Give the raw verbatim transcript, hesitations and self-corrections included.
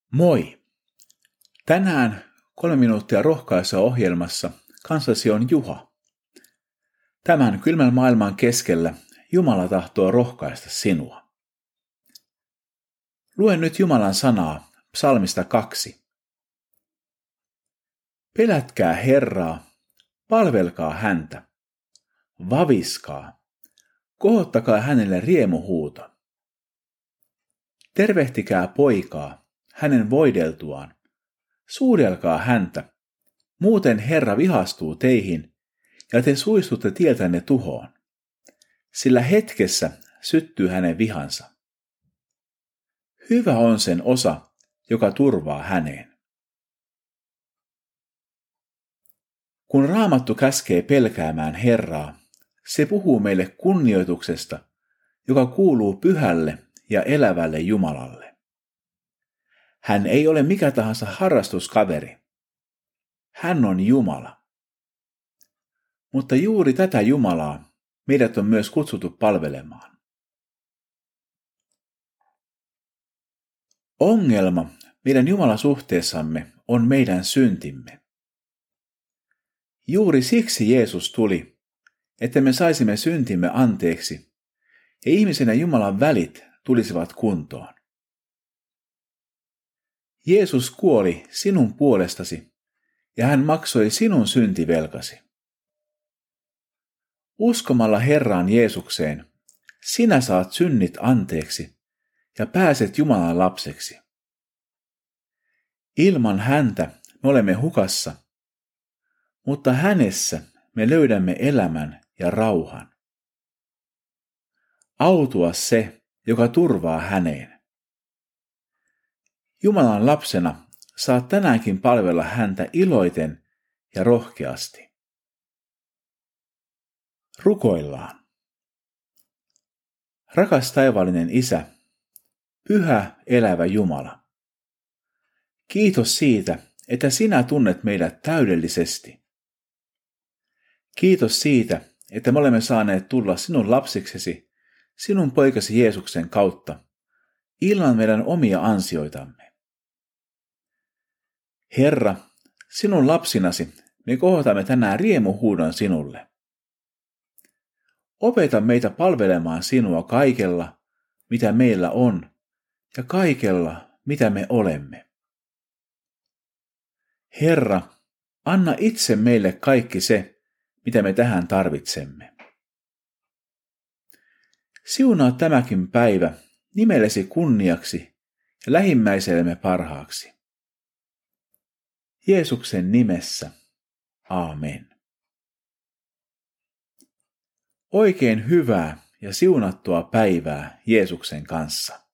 Moi! Tänään kolme minuuttia rohkaisua ohjelmassa kanssasi on Juha. Tämän kylmän maailman keskellä Jumala tahtoo rohkaista sinua. Luen nyt Jumalan sanaa psalmista kaksi. Pelätkää Herraa, palvelkaa häntä, vaviskaa, kohottakaa hänelle riemuhuuto. Tervehtikää poikaa hänen voideltuaan, suudelkaa häntä, muuten Herra vihastuu teihin ja te suistutte tieltänne tuhoon, sillä hetkessä syttyy hänen vihansa. Hyvä on sen osa, joka turvaa häneen. Kun Raamattu käskee pelkäämään Herraa, se puhuu meille kunnioituksesta, joka kuuluu pyhälle ja elävälle Jumalalle. Hän ei ole mikä tahansa harrastuskaveri. Hän on Jumala. Mutta juuri tätä Jumalaa meidät on myös kutsuttu palvelemaan. Ongelma meidän Jumalasuhteessamme on meidän syntimme. Juuri siksi Jeesus tuli, että me saisimme syntimme anteeksi ja ihmisen ja Jumalan välit tulisivat kuntoon. Jeesus kuoli sinun puolestasi ja hän maksoi sinun syntivelkasi. Uskomalla Herraan Jeesukseen sinä saat synnit anteeksi ja pääset Jumalan lapseksi. Ilman häntä me olemme hukassa, mutta hänessä me löydämme elämän ja rauhan. Autua se, joka turvaa häneen. Jumalan lapsena saat tänäänkin palvella häntä iloiten ja rohkeasti. Rukoillaan. Rakas taivaallinen Isä, pyhä elävä Jumala. Kiitos siitä, että sinä tunnet meidät täydellisesti. Kiitos siitä, että me olemme saaneet tulla sinun lapsiksesi, sinun poikasi Jeesuksen kautta, ilman meidän omia ansioitamme. Herra, sinun lapsinasi me kohotamme tänään riemuhuudon sinulle. Opeta meitä palvelemaan sinua kaikella, mitä meillä on, ja kaikella, mitä me olemme. Herra, anna itse meille kaikki se, mitä me tähän tarvitsemme. Siunaa tämäkin päivä nimellesi kunniaksi ja lähimmäisellemme parhaaksi. Jeesuksen nimessä. Aamen. Oikein hyvää ja siunattua päivää Jeesuksen kanssa.